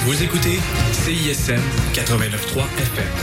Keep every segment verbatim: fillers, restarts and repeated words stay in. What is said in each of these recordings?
Vous écoutez C I S M quatre-vingt-neuf virgule trois F M.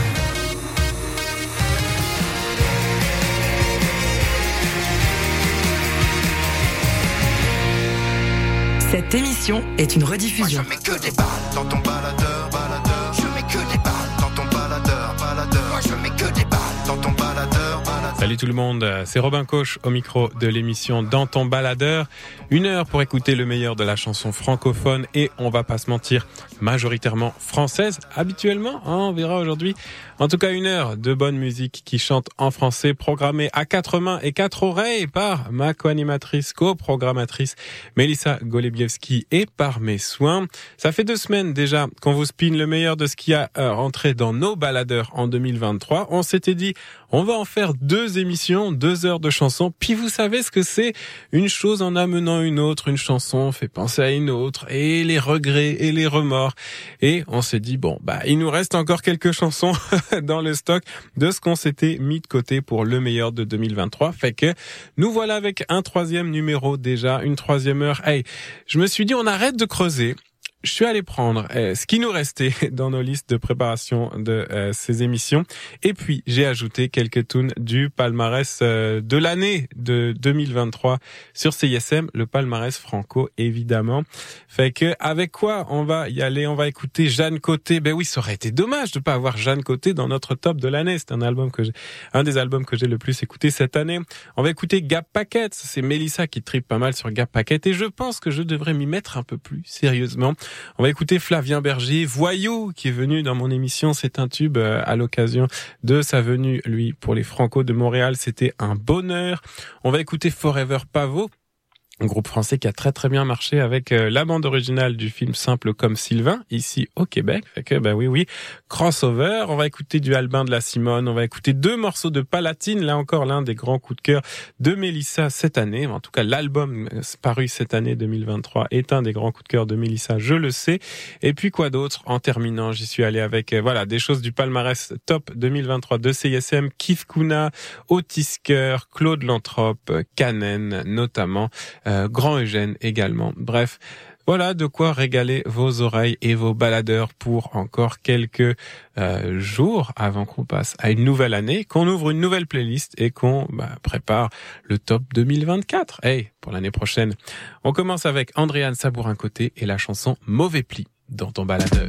Cette émission est une rediffusion. Moi, je mets que des balles dans ton baladeur, baladeur. Je mets que des balles dans ton baladeur, baladeur. Moi, je mets que des balles dans ton baladeur, baladeur. Salut tout le monde, c'est Robin Coche au micro de l'émission Dans ton baladeur. Une heure pour écouter le meilleur de la chanson francophone et on va pas se mentir, majoritairement française. Habituellement, hein, on verra aujourd'hui. En tout cas, une heure de bonne musique qui chante en français, programmée à quatre mains et quatre oreilles par ma co-animatrice, co-programmatrice Mélissa Golebiewski et par mes soins. Ça fait deux semaines déjà qu'on vous spin le meilleur de ce qui a euh, rentré dans nos baladeurs en deux mille vingt-trois. On s'était dit, on va en faire deux émissions, deux heures de chansons. Puis vous savez ce que c'est, une chose en amenant une autre, une chanson fait penser à une autre, et les regrets et les remords. Et on s'est dit, bon, bah, il nous reste encore quelques chansons dans le stock de ce qu'on s'était mis de côté pour le meilleur de deux mille vingt-trois. Fait que nous voilà avec un troisième numéro déjà, une troisième heure. Hey, je me suis dit, on arrête de creuser. Je suis allé prendre euh, ce qui nous restait dans nos listes de préparation de euh, ces émissions. Et puis, j'ai ajouté quelques tunes du palmarès euh, de l'année de deux mille vingt-trois sur C I S M, le palmarès franco, évidemment. Fait que, avec quoi on va y aller? On va écouter Jeanne Côté. Ben oui, ça aurait été dommage de pas avoir Jeanne Côté dans notre top de l'année. C'est un album que j'ai, un des albums que j'ai le plus écouté cette année. On va écouter Gap Packet. C'est Mélissa qui tripe pas mal sur Gap Packet. Et je pense que je devrais m'y mettre un peu plus sérieusement. On va écouter Flavien Berger, Voyou, qui est venu dans mon émission. C'est un tube euh, à l'occasion de sa venue, lui, pour les Franco de Montréal. C'était un bonheur. On va écouter Forever Pavot, un groupe français qui a très très bien marché avec euh, la bande originale du film Simple comme Sylvain, ici au Québec. Fait que, bah oui, oui, crossover. On va écouter du Albin de la Simone. On va écouter deux morceaux de Palatine. Là encore, l'un des grands coups de cœur de Mélissa cette année. En tout cas, l'album paru cette année deux mille vingt-trois est un des grands coups de cœur de Mélissa, je le sais. Et puis quoi d'autre? En terminant, j'y suis allé avec, euh, voilà, des choses du palmarès top deux mille vingt-trois de C I S M, Keith Kuna, Otis Kerr, Claude Lantrope, Canen notamment. Euh, Grand Eugène également. Bref, voilà de quoi régaler vos oreilles et vos baladeurs pour encore quelques euh, jours avant qu'on passe à une nouvelle année, qu'on ouvre une nouvelle playlist et qu'on bah, prépare le top deux mille vingt-quatre. Hey, pour l'année prochaine. On commence avec Andréane Sabourin-Côté et la chanson Mauvais pli dans ton baladeur.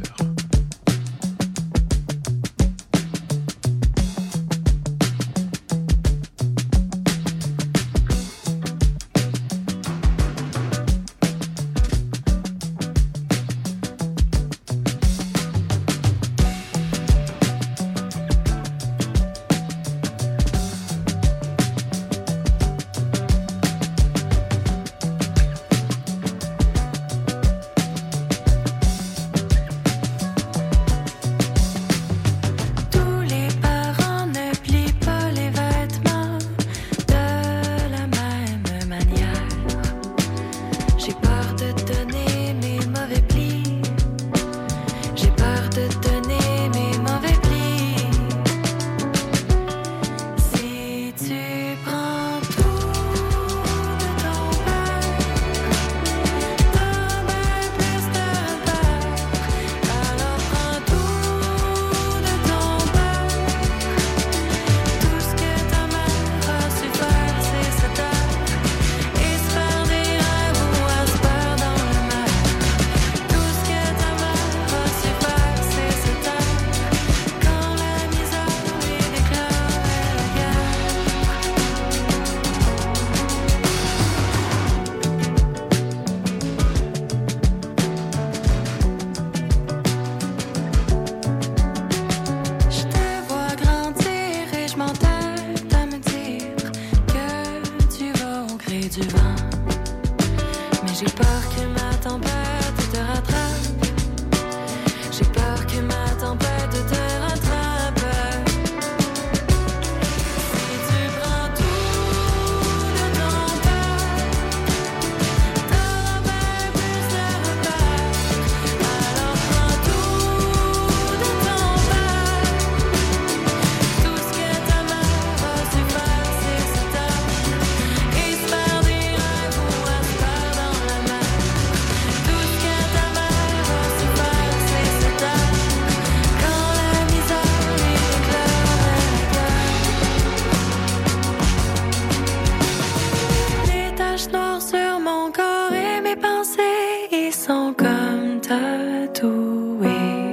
tatoué.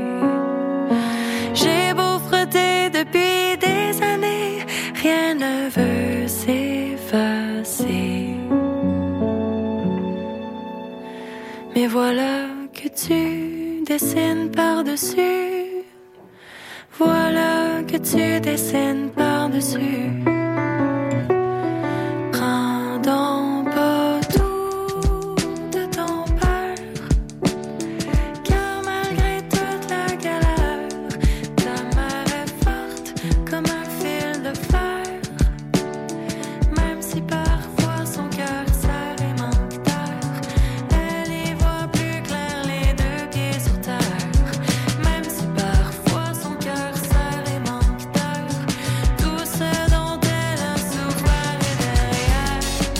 J'ai beau frotter depuis des années, rien ne veut s'effacer. Mais voilà que tu dessines par-dessus. Voilà que tu dessines par-dessus. Prends donc pas tout de ton peur, car malgré toute la galère, ta mère est forte comme un fil de fer. Même si parfois son cœur serre et manque d'air, elle y voit plus clair les deux pieds sur terre. Même si parfois son cœur serre et manque d'air, tout ce dont elle a souffert est derrière.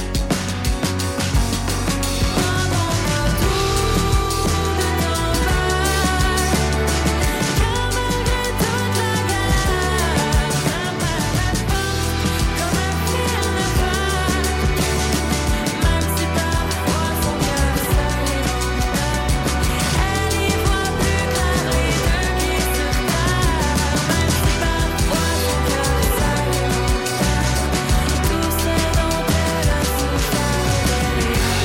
Prends donc pas tout de ton père, car malgré toute la galère, ta mère est forte comme un fil de fer. Même si parfois son cœur serre et manque d'air, elle y voit plus clair les deux pieds sur terre. Même si parfois son cœur serre et manque d'air, tout ce dont elle a souffert est derrière.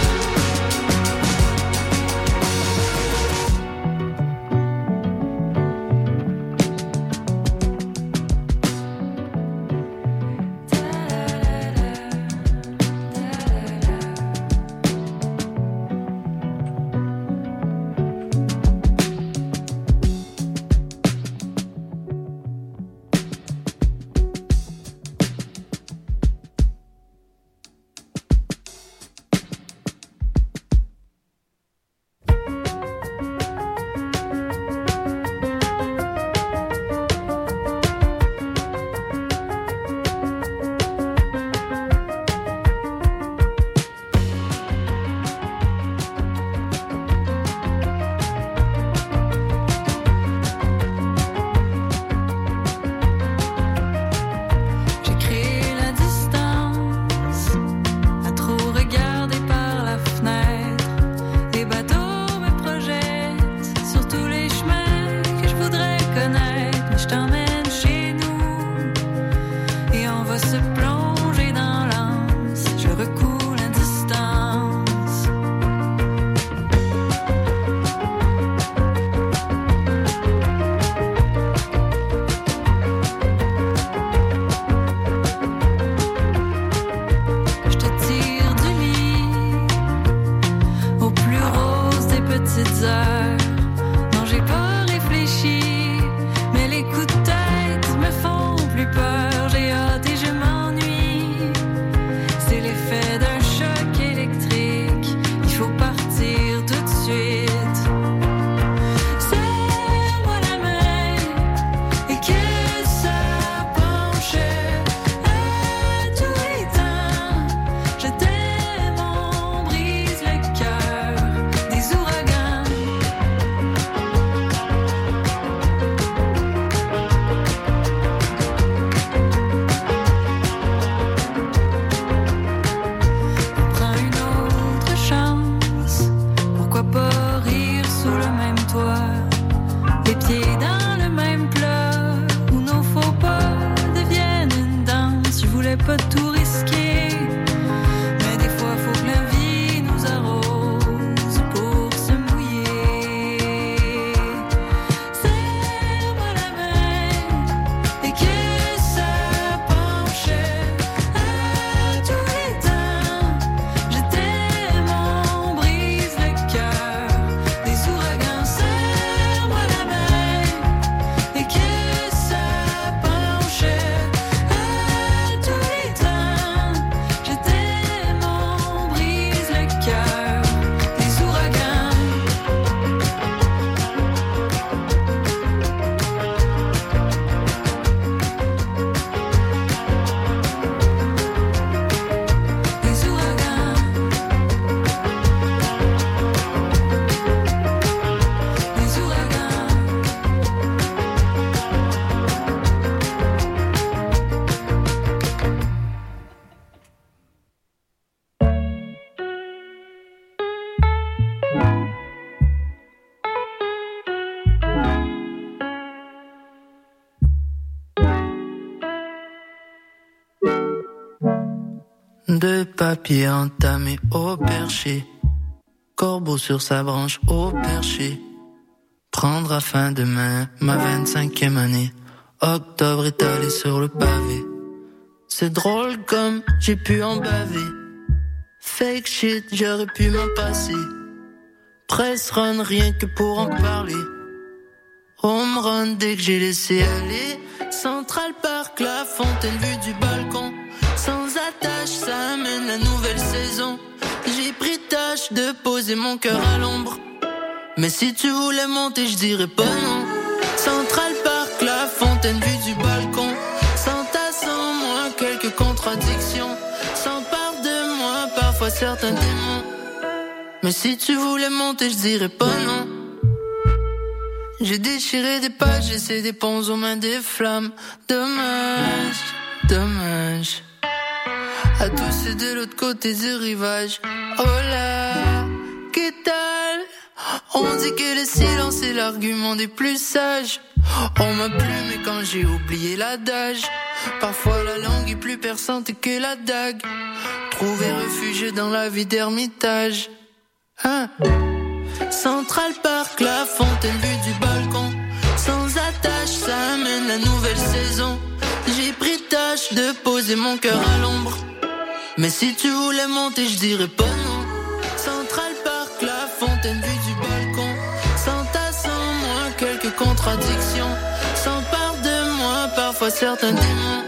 J'ai créé la distance à trop regarder par la fenêtre. Les bateaux me projettent sur tous les chemins que je voudrais connaître. Mais je t'emmène chez nous et on va se plonger dans l'anse. Je recoule la distance. Je te tire du lit au plus rose des petites heures. Non, j'ai pas réfléchi, mais les coups de tête me font plus peur. J'ai hâte et je m'ennuie. C'est l'effet d'un choc électrique. Il faut partir tout de suite. Serre-moi la main et que ça penche à tous les temps. Je t'aime, on brise le cœur des ouragans. Prends une autre chance. Pourquoi pas rire sous le même toit, les pieds dans le même plat, où nos faux pas deviennent une danse. Je voulais pas tout risquer, mais des fois faut que la vie nous arrose pour se mouiller. Serre-moi la main et que ça penche à tous les temps. Je t'aime, on brise le cœur des ouragans. Serre-moi la main et que ça penche à tous les temps. papier entamé au perché. Corbeau sur sa branche au perché. Prendra fin demain ma vingt-cinquième année. Octobre étalé sur le pavé. C'est drôle comme j'ai pu en baver. Fake shit, j'aurais pu m'en passer. Press run, rien que pour en parler. Home run dès que j'ai laissé aller. Central Park, la fontaine vue du balcon. Sans attache, ça amène la nouvelle saison. J'ai pris tâche de poser mon cœur à l'ombre. Mais si tu voulais monter, je dirais pas non. Central Park, la fontaine vue du balcon. Sans ta, sans moi, quelques contradictions. S'empare de moi, parfois certains démons. Mais si tu voulais monter, je dirais pas non. J'ai déchiré des pages, j'essaie des ponts aux mains des flammes. Dommage, dommage. À tous ceux de l'autre côté du rivage. Oh là, qu'est-ce On dit que le silence est l'argument des plus sages. On m'a plu mais quand j'ai oublié l'adage. Parfois la langue est plus perçante que la dague. Trouver refuge dans la vie d'ermitage. Hein? Central Park, la fontaine vue du balcon. Sans attache, ça amène la nouvelle saison. J'ai pris tâche de poser mon cœur à l'ombre. Mais si tu voulais monter, je dirais pas non. Central Park, la fontaine vue du balcon. Sans ta, sans moi, quelques contradictions. S'empare de moi, parfois certains démons.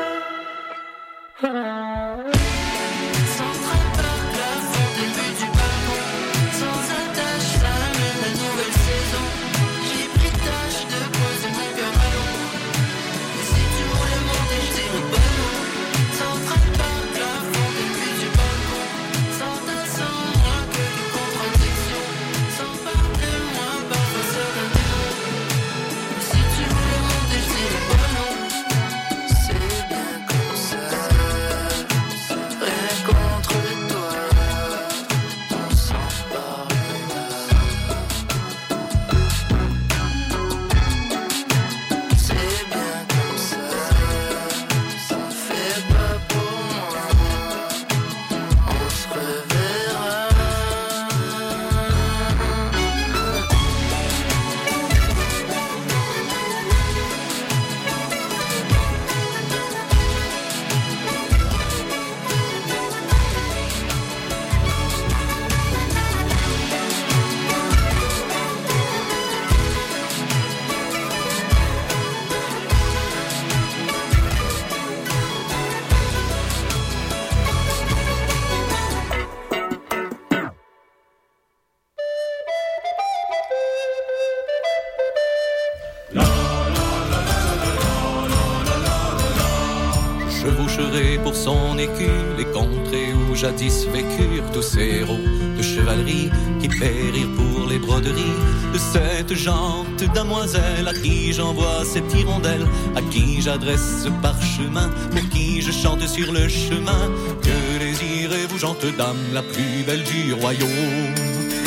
Pour son écu, les contrées où jadis vécurent tous ces héros de chevalerie qui périrent pour les broderies de cette jante damoiselle à qui j'envoie cette hirondelle, à qui j'adresse ce parchemin, pour qui je chante sur le chemin. Que désirez-vous, gente dame, la plus belle du royaume?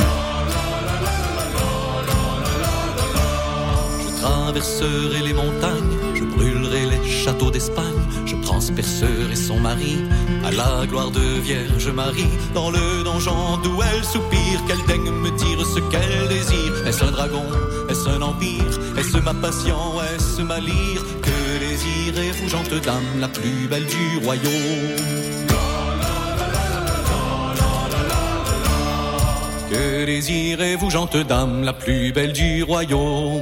Je traverserai les montagnes, je brûlerai les châteaux d'Espagne, je transpercerai son mari à la gloire de Vierge Marie. Dans le donjon d'où elle soupire, qu'elle daigne me dire ce qu'elle désire. Est-ce un dragon? Est-ce un empire? Est-ce ma passion? Est-ce ma lyre? Que désirez-vous, gente dame, la plus belle du royaume? Que désirez-vous, gente dame, la plus belle du royaume?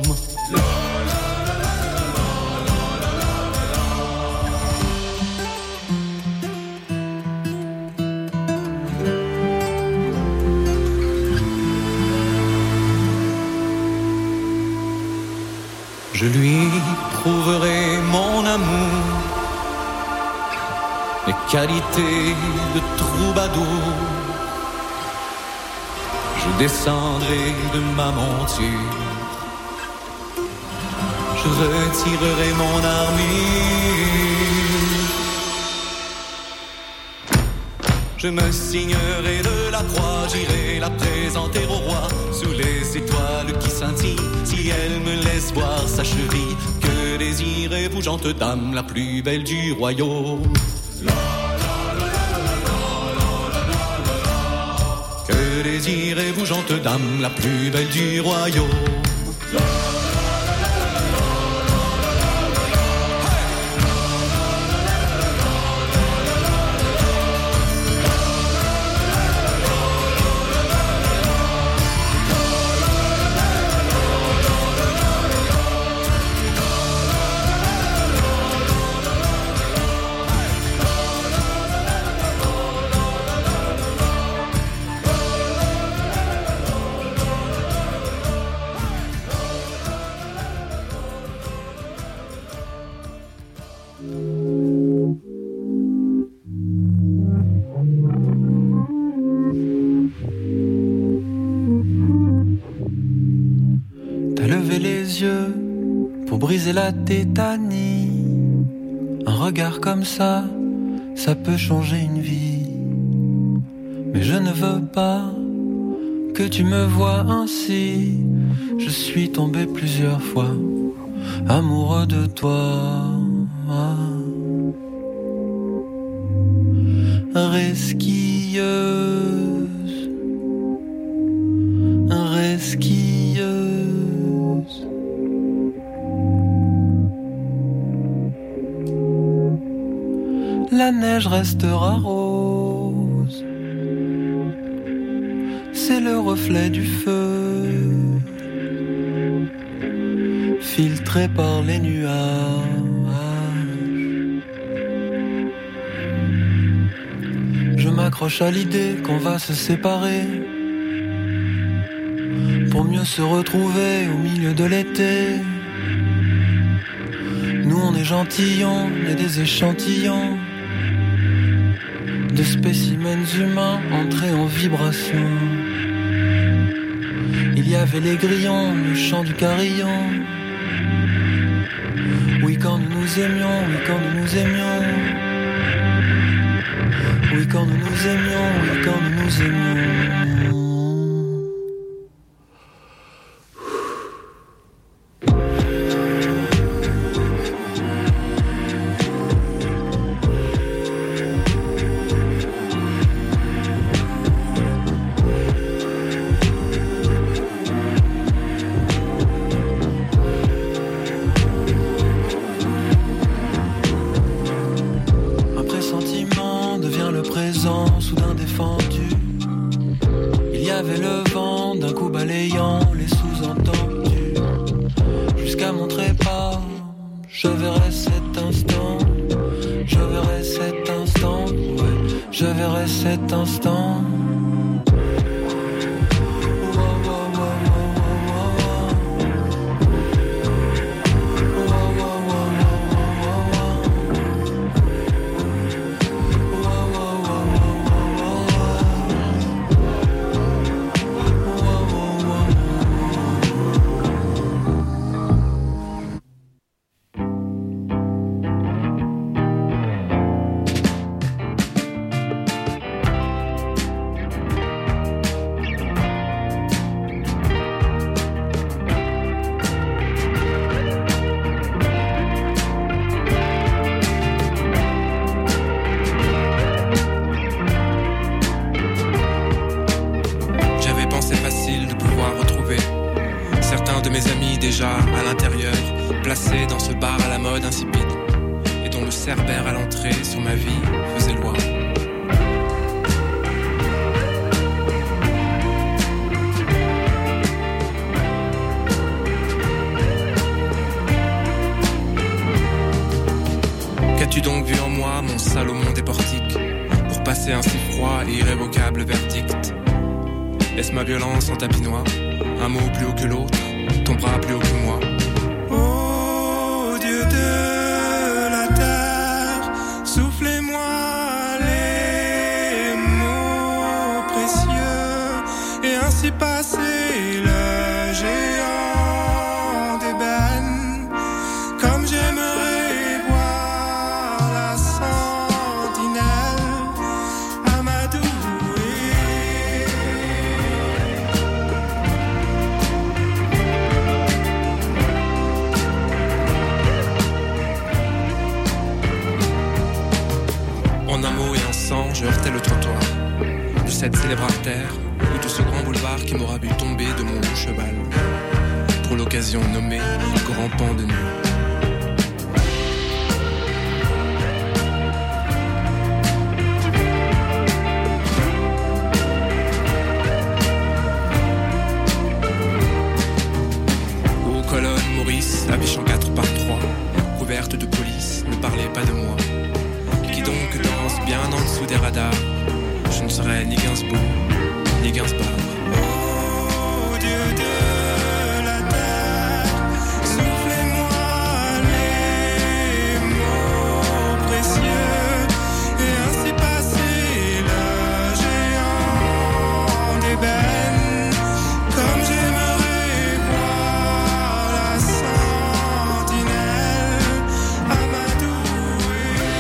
Je lui prouverai mon amour, les qualités de troubadour. Je descendrai de ma monture, je retirerai mon armure. Je me signerai de la croix, j'irai la présenter au roi, sous les étoiles qui scintillent, si elle me laisse voir sa cheville. Que désirez-vous, gente dame, la plus belle du royaume? La, la, la, la, la, la, la. désirez-vous, gente dame, la plus belle du royaume? Briser la tétanie, un regard comme ça, ça peut changer une vie. Mais je ne veux pas que tu me vois ainsi. Je suis tombé plusieurs fois amoureux de toi. Resquilleuse, resquilleuse. La neige restera rose, c'est le reflet du feu, filtré par les nuages. Je m'accroche à l'idée qu'on va se séparer, pour mieux se retrouver au milieu de l'été. Nous on est gentillons, on est des échantillons de spécimens humains entrés en vibration. Il y avait les grillons, le chant du carillon. Oui, quand nous nous aimions, oui, quand nous nous aimions. Oui, quand nous nous aimions, oui, quand nous nous aimions. Qu'as-tu donc vu en moi, mon Salomon des portiques, pour passer un si froid et irrévocable verdict? Est-ce ma violence en tapis noir, un mot plus haut que l'autre, ton bras plus haut que moi? Ô Dieu de la terre, soufflez-moi les mots précieux, et ainsi passer le géant d'ébène, comme j'aimerais voir la sentinelle amadouée. En un mot et un sang, je heurtais le trottoir de cette célèbre artère où tout se hasard qui m'aura vu tomber de mon cheval. Pour l'occasion nommé Grand Pan de Nuit. Maurice, affichant quatre par trois, couverte de police, ne parlez pas de moi. Qui donc danse bien en dessous des radars? Je ne serai ni Gainsbourg, ni Gainsbourg. Oh Dieu de la terre, soufflez-moi les mots précieux, et ainsi passer le géant d'ébène, comme j'aimerais voir la sentinelle amadouée.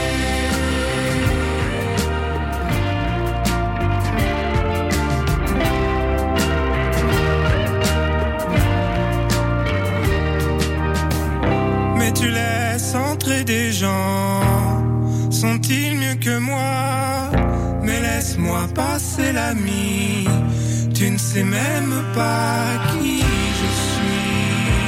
Mais tu laisses entrer des gens, sont-ils mieux que moi? Mais laisse-moi passer l'ami, tu ne sais même pas qui je suis.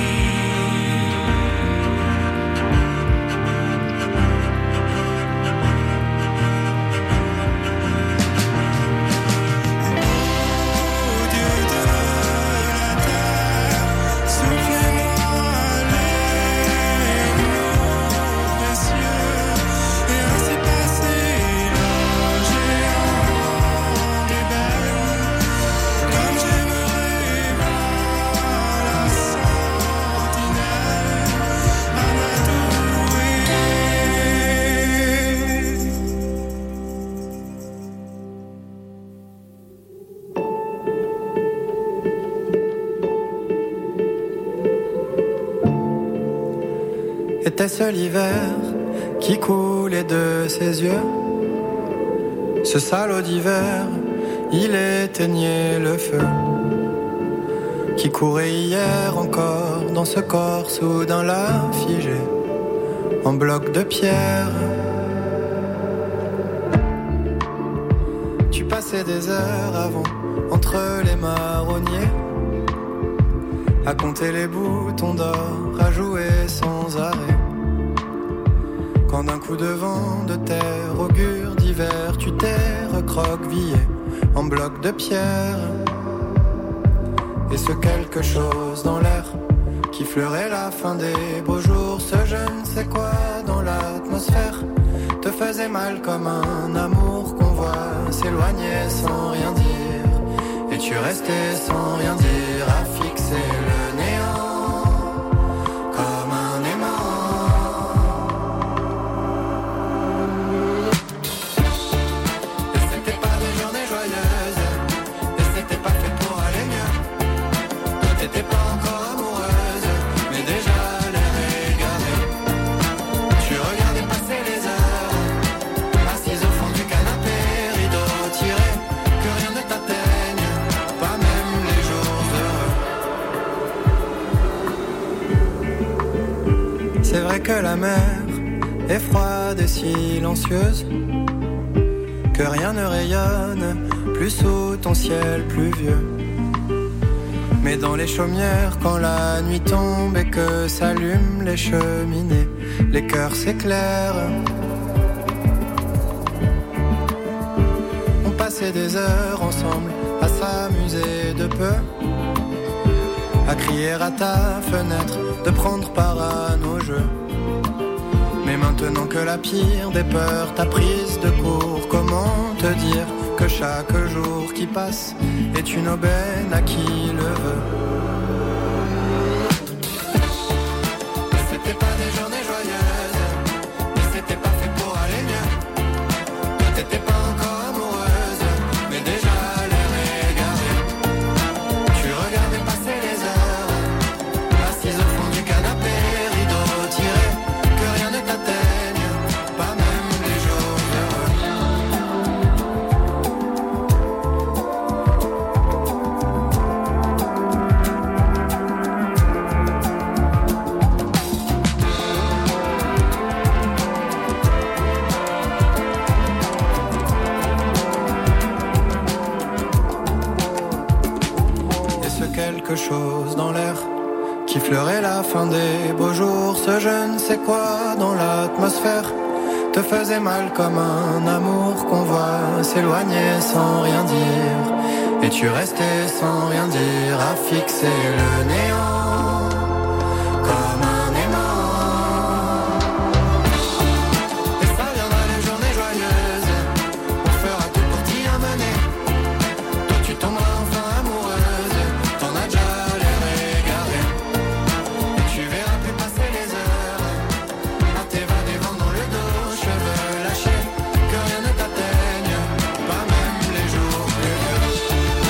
Oh Dieu de la terre, soufflez-moi les mots précieux, et ainsi passer le géant d'ébène, comme j'aimerais voir la sentinelle amadouée. Était-ce l'hiver qui coulait de ses yeux? Ce salaud d'hiver, il éteignait le feu qui courait hier encore dans ce corps soudain là figé en bloc de pierre. Tu passais des heures avant entre les marronniers à compter les boutons d'or, à jouer sans arrêt. Quand d'un coup de vent de terre augure d'hiver, tu t'es recroquevillé en bloc de pierre. Et ce quelque chose dans l'air qui fleurait la fin des beaux jours, ce je ne sais quoi dans l'atmosphère te faisait mal comme un amour qu'on voit s'éloigner sans rien dire. Et tu restais sans rien dire à fixer le néant comme un aimant. Et c'était pas des journées joyeuses, et c'était pas fait pour aller mieux. Toi t'étais pas encore amoureuse, mais déjà l'air égaré. Tu regardais passer les heures, assise au fond du canapé, rideau tiré, que rien ne t'atteigne, pas même les jours heureux. C'est vrai que la mer est froide et silencieuse, que rien ne rayonne plus sous ton ciel pluvieux. Mais dans les chaumières, quand la nuit tombe et que s'allument les cheminées, les cœurs s'éclairent. On passait des heures ensemble à s'amuser de peu, à crier à ta fenêtre, de prendre part à nos jeux. Mais maintenant que la pire des peurs t'a prise de court, comment te dire que chaque jour qui passe est une aubaine à qui le veut. C'était pas des journées joyeuses, mais c'était pas fait pour aller mieux. Toi t'étais pas encore amoureuse, mais déjà l'air égaré. Tu regardais passer les heures, assise au fond du canapé, rideau tiré, que rien ne t'atteigne, pas même les jours heureux. qui fleurait la fin des beaux jours. Ce je ne sais quoi dans l'atmosphère te faisait mal comme un amour qu'on voit s'éloigner sans rien dire. Et tu restais sans rien dire à fixer le néant comme un aimant. Et ça viendra les journées joyeuses, on fera tout pour t'y amener. Toi tu tomberas enfin amoureuse, t'en as déjà l'air égaré. Et tu verras plus passer les heures à t'évader vent dans le dos, cheveux lâchés, que rien ne t'atteigne, pas même les jours plus durs.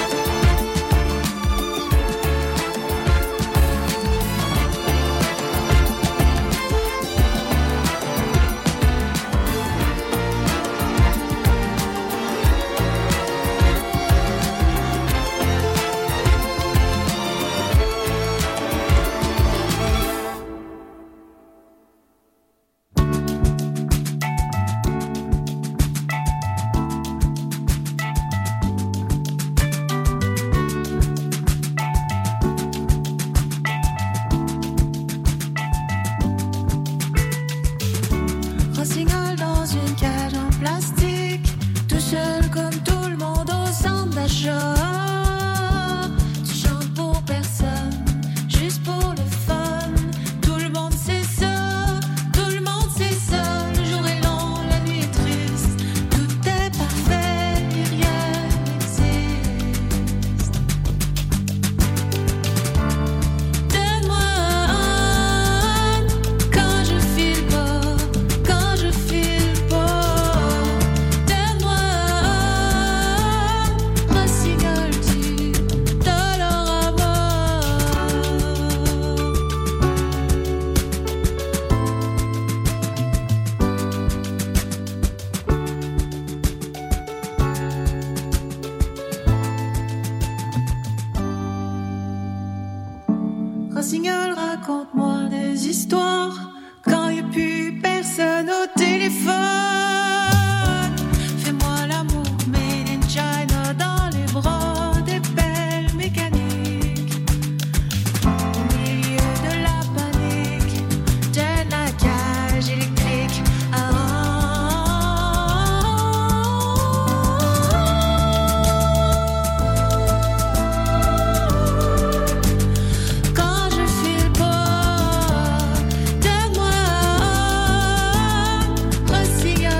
Rossignol dans une cage en plastique, tout seul comme tout le monde au centre d'achat. Tu chantes pour personne, juste pour le fun. Tout le monde sait ça, tout le monde sait ça. Le jour est long, la nuit est triste, tout est parfait et rien n'existe. Donne-moi un quand je file pas, quand je file pas. Donne-moi un rossignol du Dolorama. Rossignol, raconte-moi des histoires quand y a plus personne au téléphone. Fais-moi l'amour made in China dans les bras des belles mécaniques. Au milieu de la panique, de la cage électrique. Ah, quand je file pas, donne-moi un rossignol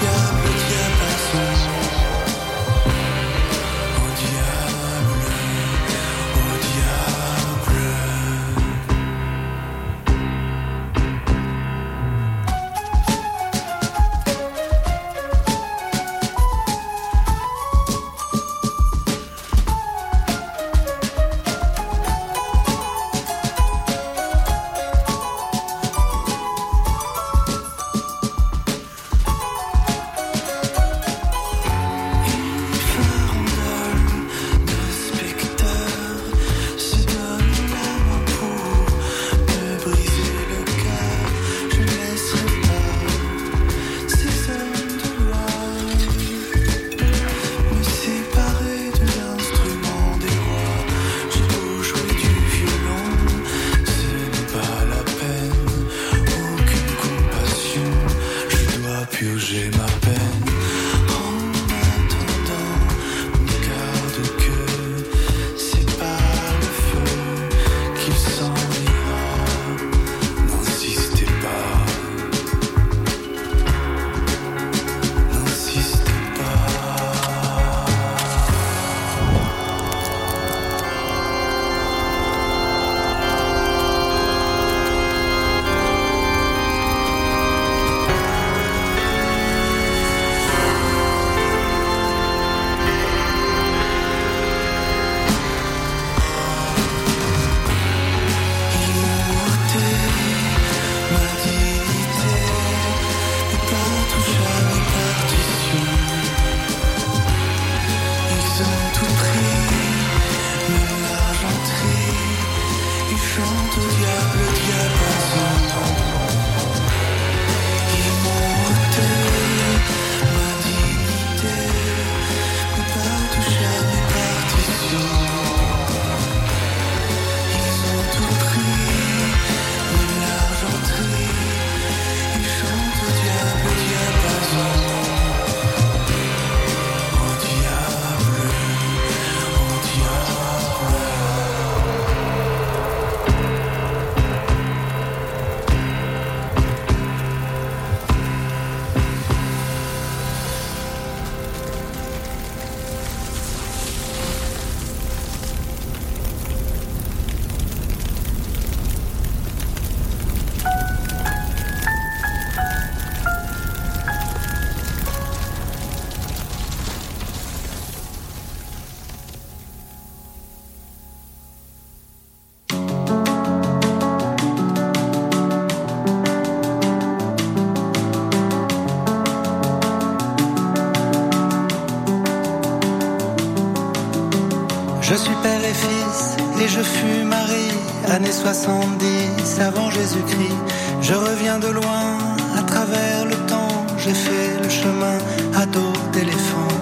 Je suis père et fils et je fus mari, années soixante-dix avant Jésus-Christ. Je reviens de loin, à travers le temps, j'ai fait le chemin à dos d'éléphant.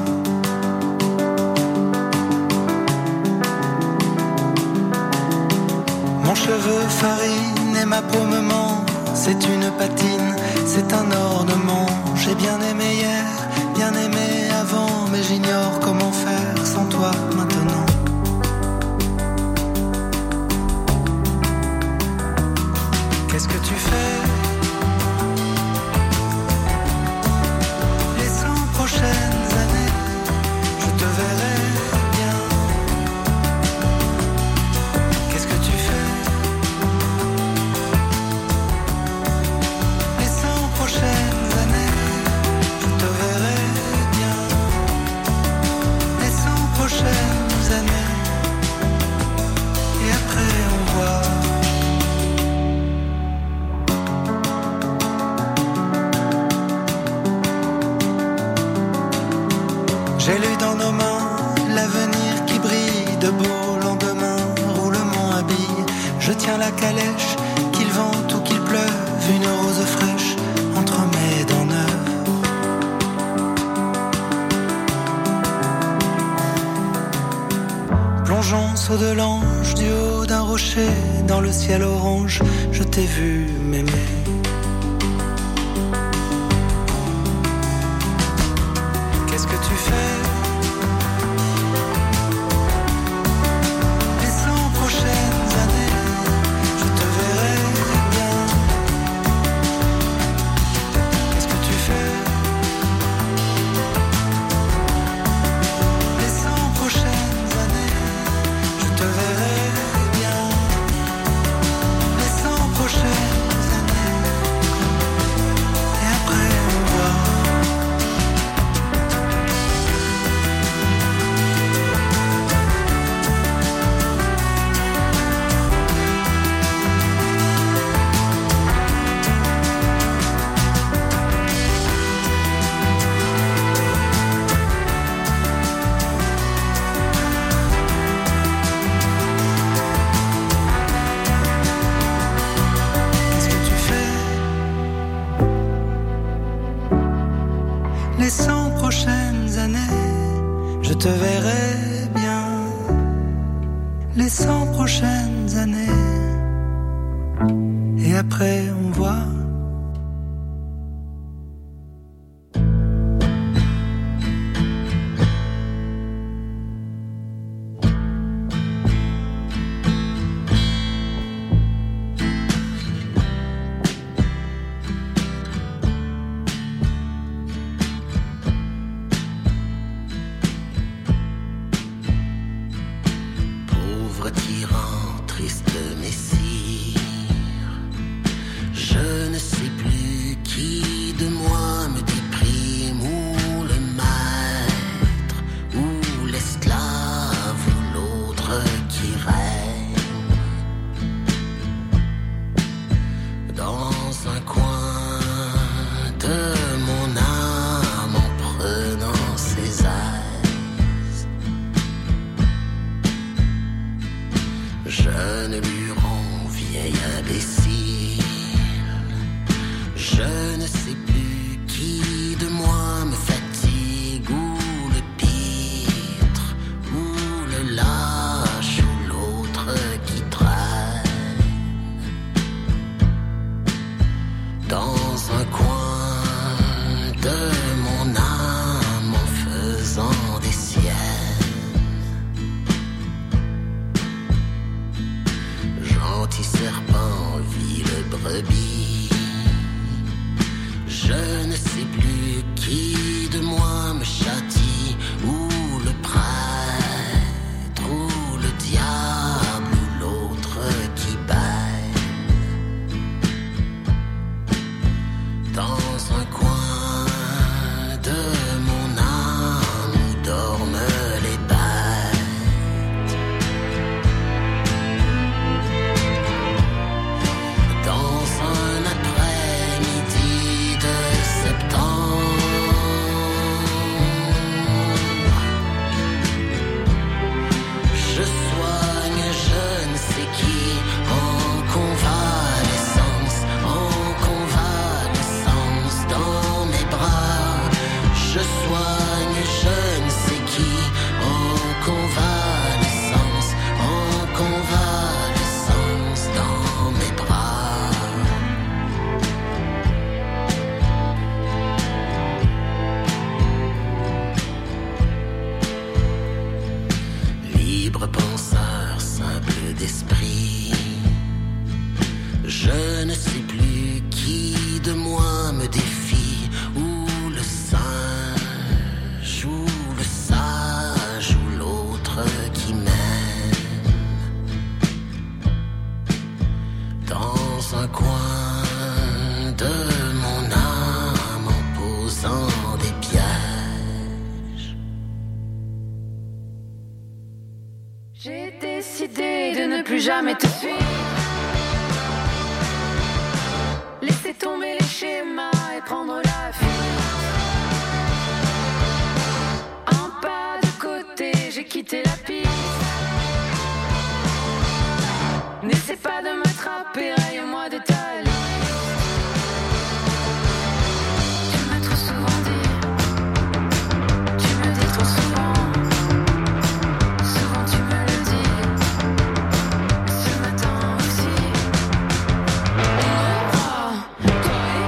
Mon cheveu farine et ma peau me ment, c'est une patine, c'est un ornement. J'ai bien aimé hier, bien aimé avant, mais j'ignore comment faire sans toi maintenant. Qu'est-ce que tu fais les cent prochaines années? Je te verrai bien. Qu'est-ce que tu fais les cent prochaines années? Je te verrai bien. Les cent prochaines années. Et après on voit. J'ai lu dans nos mains l'avenir qui brille, de beaux lendemains, roulement habille. Je tiens la calèche, qu'il vente ou qu'il pleuve, une rose fraîche entre mes dents neuves. Plongeons saut de l'ange du haut d'un rocher, dans le ciel orange, je t'ai vu m'aimer. Qu'est-ce que tu fais les cent prochaines années? Je te verrai bien. Qu'est-ce que tu fais les cent prochaines années, je te verrai bien. Les cent prochaines années, et après on voit. Jamais te suivre, laisser tomber les schémas et prendre la fuite. Un pas de côté, j'ai quitté la piste. N'essaie pas de m'attraper, raye-moi de ta liste. Tu m'as trop souvent dit, tu me dis trop souvent. Souvent tu me le dis. Ce matin aussi. Oh, toi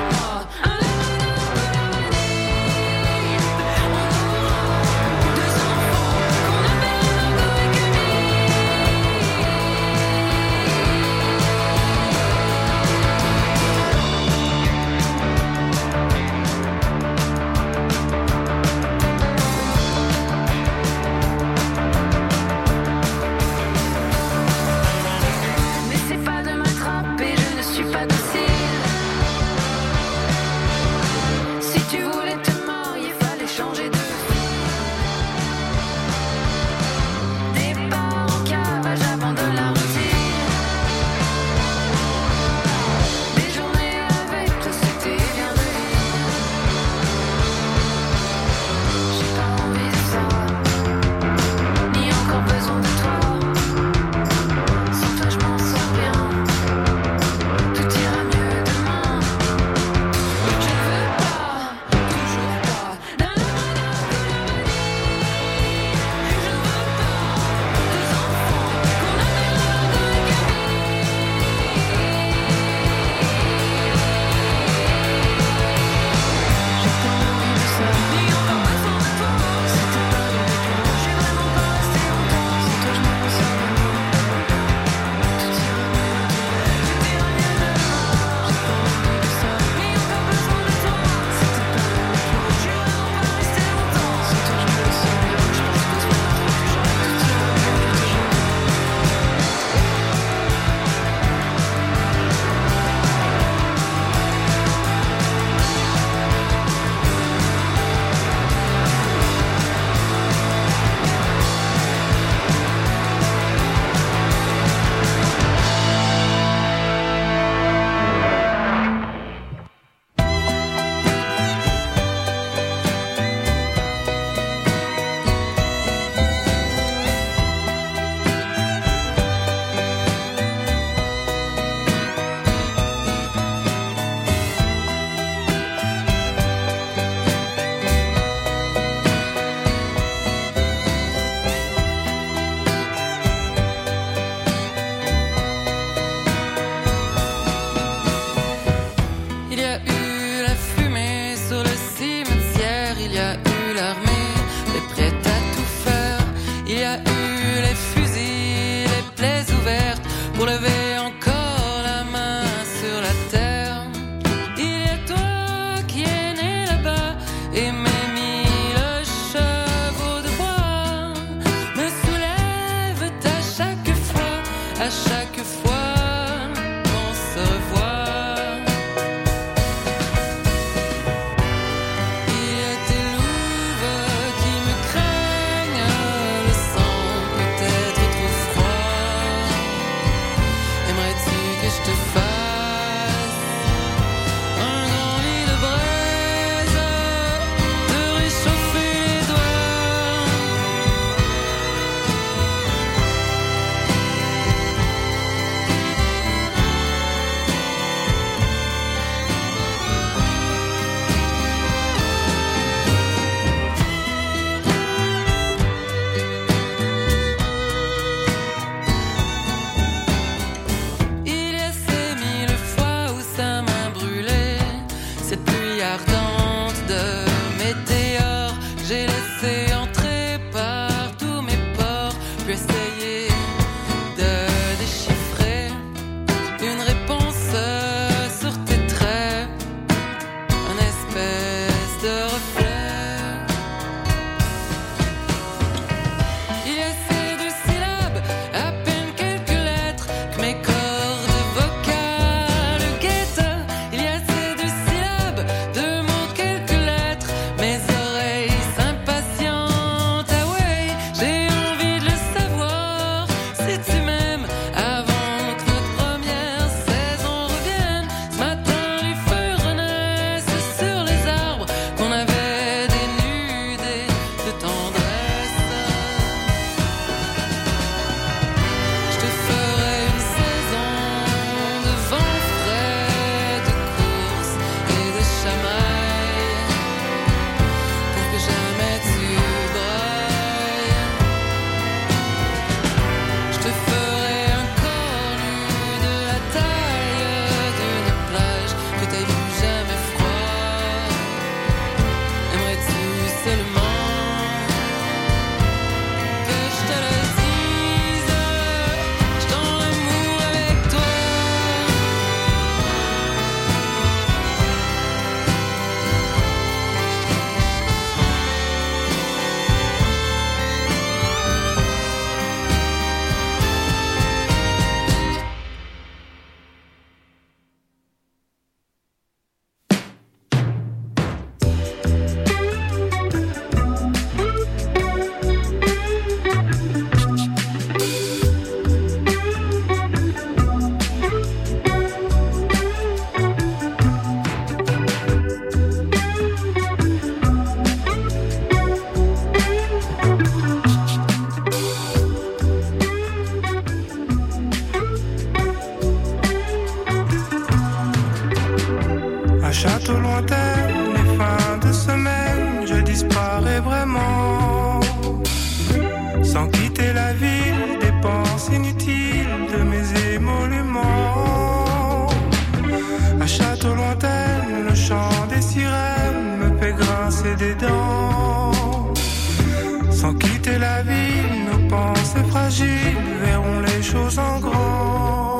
grincer des dents. Sans quitter la ville, nos pensées fragiles verront les choses en grand.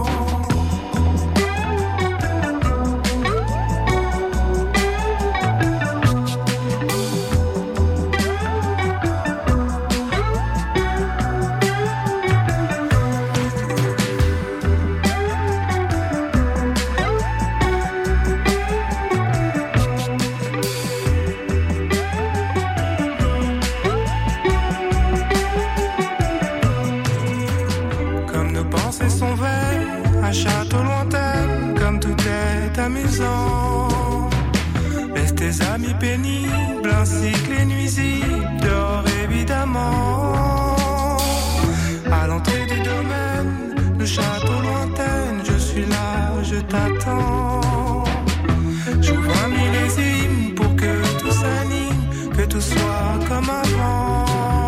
Château lointain, comme tout est amusant. Laisse tes amis pénibles ainsi que les nuisibles dehors évidemment. À l'entrée du domaine, le château lointain, je suis là, je t'attends. J'ouvre un millésime pour que tout s'anime, que tout soit comme avant.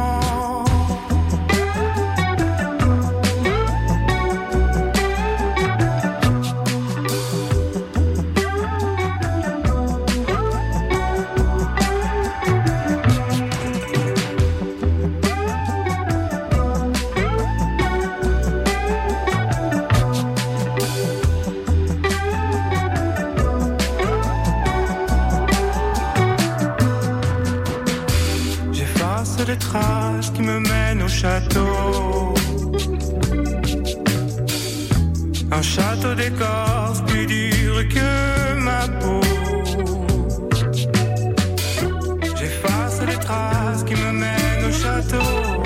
Les traces qui me mènent au château. Un château d'écorce plus dur que ma peau. J'efface les traces qui me mènent au château.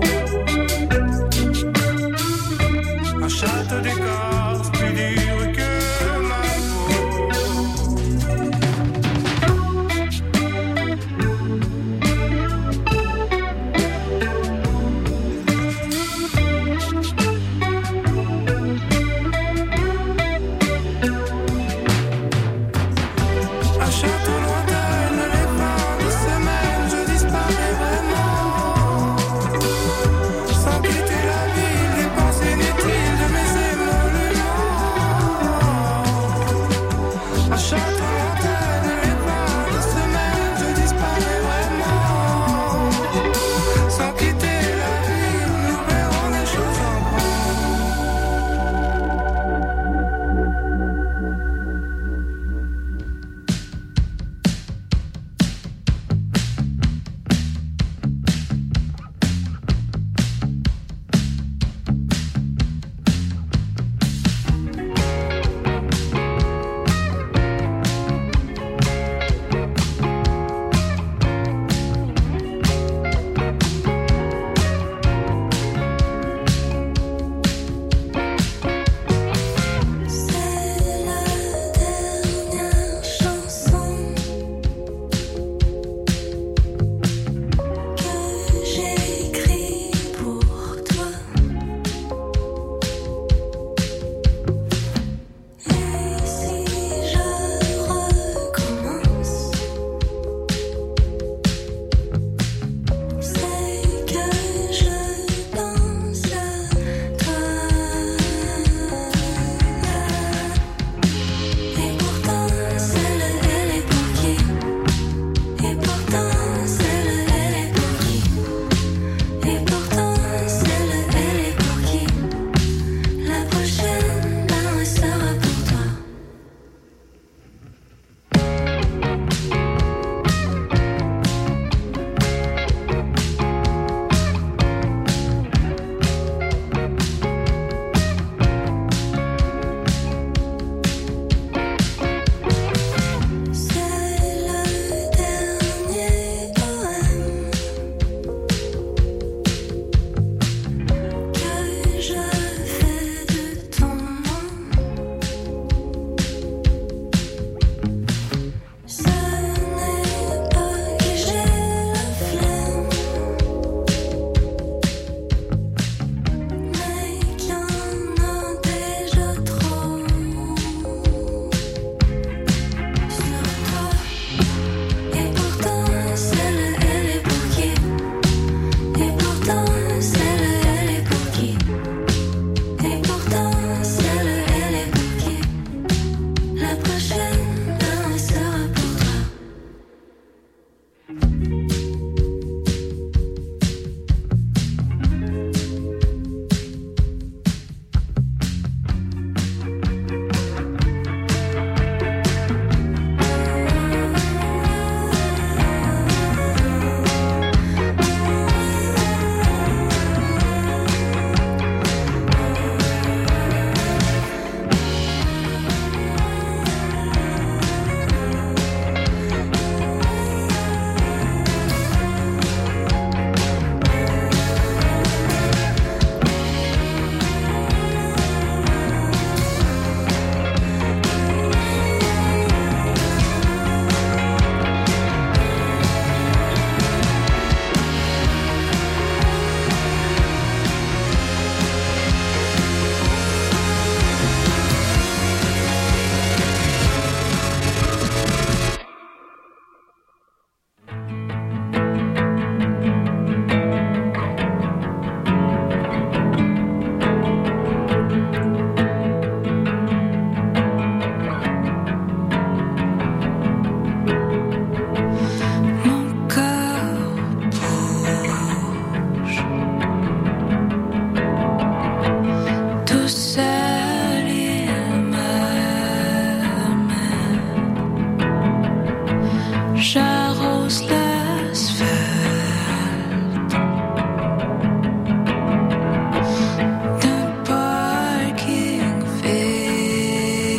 Un château d'écorce plus dur que ma peau. expose l'asphalte. D'un parking vide.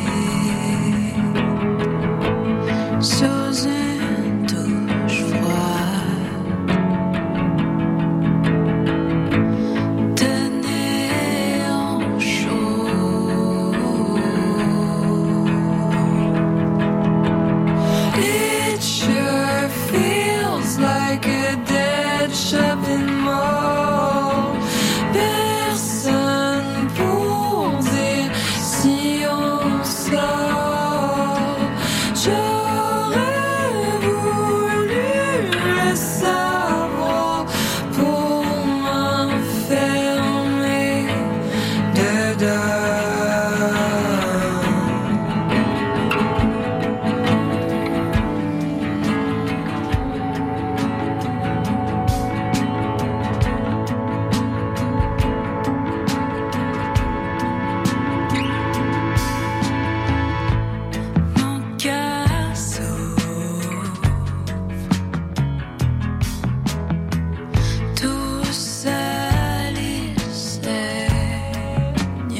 Sous une douche froide. De néon chaud. It sure feels like a dead shopping mall. Personne pour dire si on sort. J'aurais voulu le savoir pour m'enfermer dedans. Mon cœur s'ouvre. Tout seul il saigne.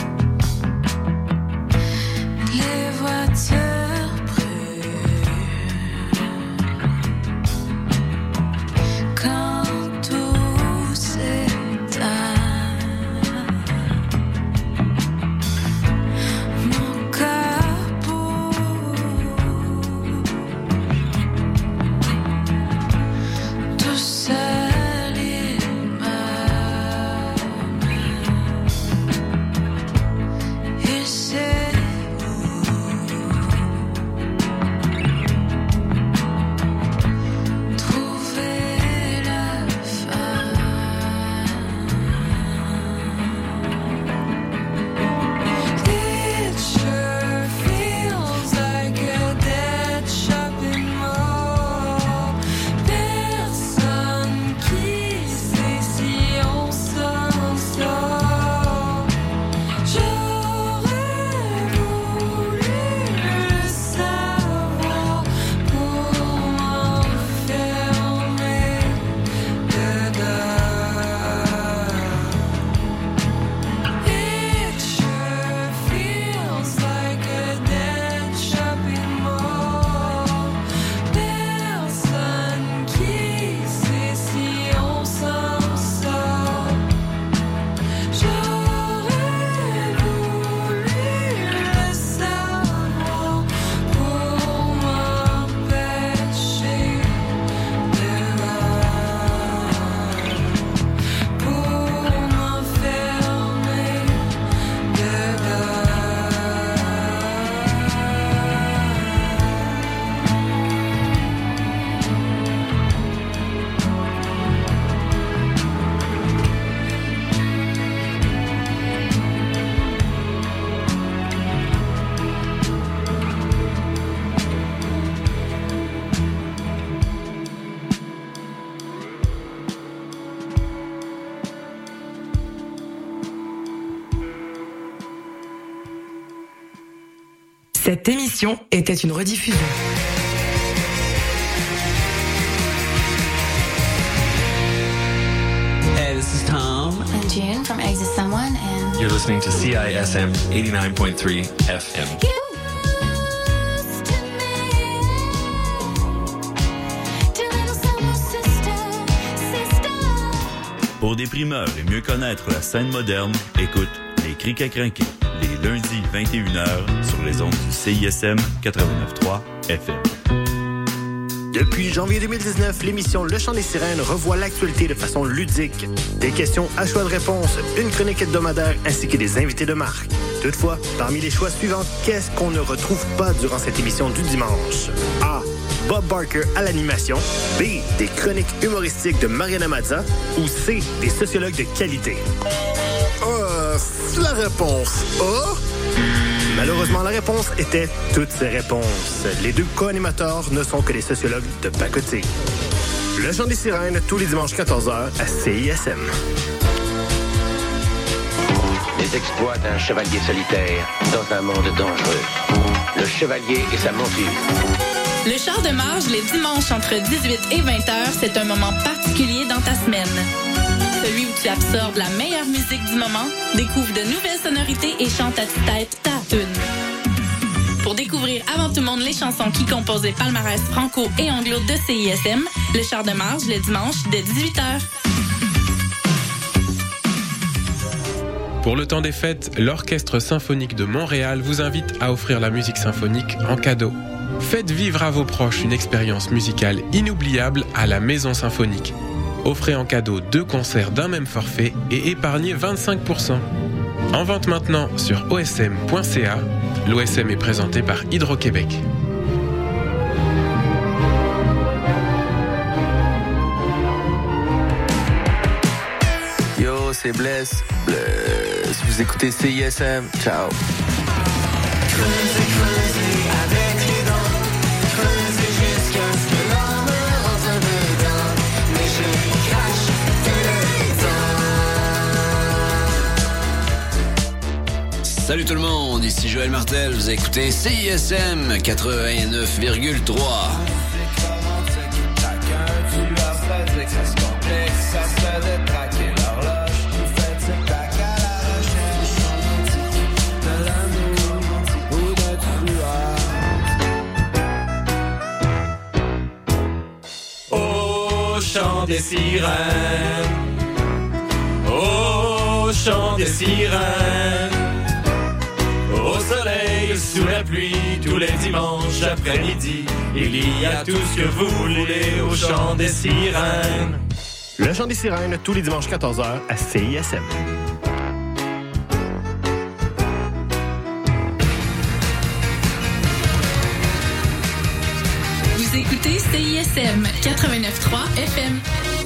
Les voitures brûlent. Quand tout s'éteint. Mon cœur bouge. Tout seul il meurt. Il sait où. Trouver la fin. It sure feels like a dead shopping mall. Personne qui sait si on s'en sort. J'aurais voulu le savoir pour m'enfermer dedans. It sure feels like a dead shopping mall. Personne qui sait si on s'en sort. J'aurais voulu le savoir pour m'empêcher dedans. Pour m'enfermer dedans. Cette émission était une rediffusion. Hey, this is Tom. I'm June from Exit Someone, and You're listening to C I S M eighty-nine point three F M. Pour des primeurs et mieux connaître la scène moderne, écoute Les Crics à crinquer, les lundis vingt et une heures sur les ondes du C I S M quatre-vingt-neuf point trois F M. Depuis janvier deux mille dix-neuf, l'émission Le Chant des Sirènes revoit l'actualité de façon ludique. Des questions à choix de réponse, une chronique hebdomadaire ainsi que des invités de marque. Toutefois, parmi les choix suivants, qu'est-ce qu'on ne retrouve pas durant cette émission du dimanche? A. Bob Barker à l'animation. B. Des chroniques humoristiques de Mariana Mazza. Ou C. Des sociologues de qualité. Euh, c'est la réponse A. Malheureusement, la réponse était toutes ces réponses. Les deux co-animateurs ne sont que des sociologues de pacotille. Le Chant des Sirènes, tous les dimanches quatorze heures à C I S M. Les exploits d'un chevalier solitaire dans un monde dangereux. Le chevalier et sa monture. Le char de marge, les dimanches entre dix-huit et vingt heures, c'est un moment particulier dans ta semaine. Celui où tu absorbes la meilleure musique du moment, découvre de nouvelles sonorités et chante à tue-tête ta tune. Pour découvrir avant tout le monde les chansons qui composent les palmarès franco et anglo de C I S M, le char de marge, le dimanche, dès dix-huit heures. Pour le temps des fêtes, l'Orchestre symphonique de Montréal vous invite à offrir la musique symphonique en cadeau. Faites vivre à vos proches une expérience musicale inoubliable à la Maison Symphonique. Offrez en cadeau deux concerts d'un même forfait et épargnez vingt-cinq pour cent. En vente maintenant sur o s m point c a. L'O S M est présenté par Hydro-Québec. Yo, c'est Bless. Bless. Vous écoutez C I S M. Ciao. Creusez, creusez avec les dents. Creusez jusqu'à ce que l'or me rentre dedans. Mais je crache tous les temps. Salut tout le monde, ici Joël Martel. Vous écoutez C I S M quatre-vingt-neuf virgule trois. Chant des sirènes, au chant des sirènes, au soleil, sous la pluie, tous les dimanches après-midi, il y a tout ce que vous voulez au chant des sirènes. Le chant des sirènes, tous les dimanches quatorze heures à C I S M. Vous écoutez C I S M quatre-vingt-neuf trois F M.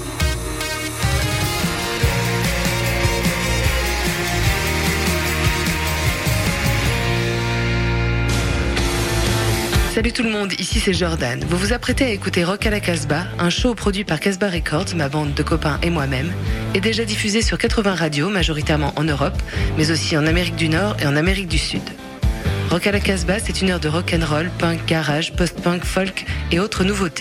Salut tout le monde, ici c'est Jordan. Vous vous apprêtez à écouter Rock à la Casbah, un show produit par Casbah Records, ma bande de copains et moi-même, et déjà diffusé sur quatre-vingts radios, majoritairement en Europe, mais aussi en Amérique du Nord et en Amérique du Sud. Rock à la Casbah, c'est une heure de rock'n'roll, punk, garage, post-punk, folk et autres nouveautés.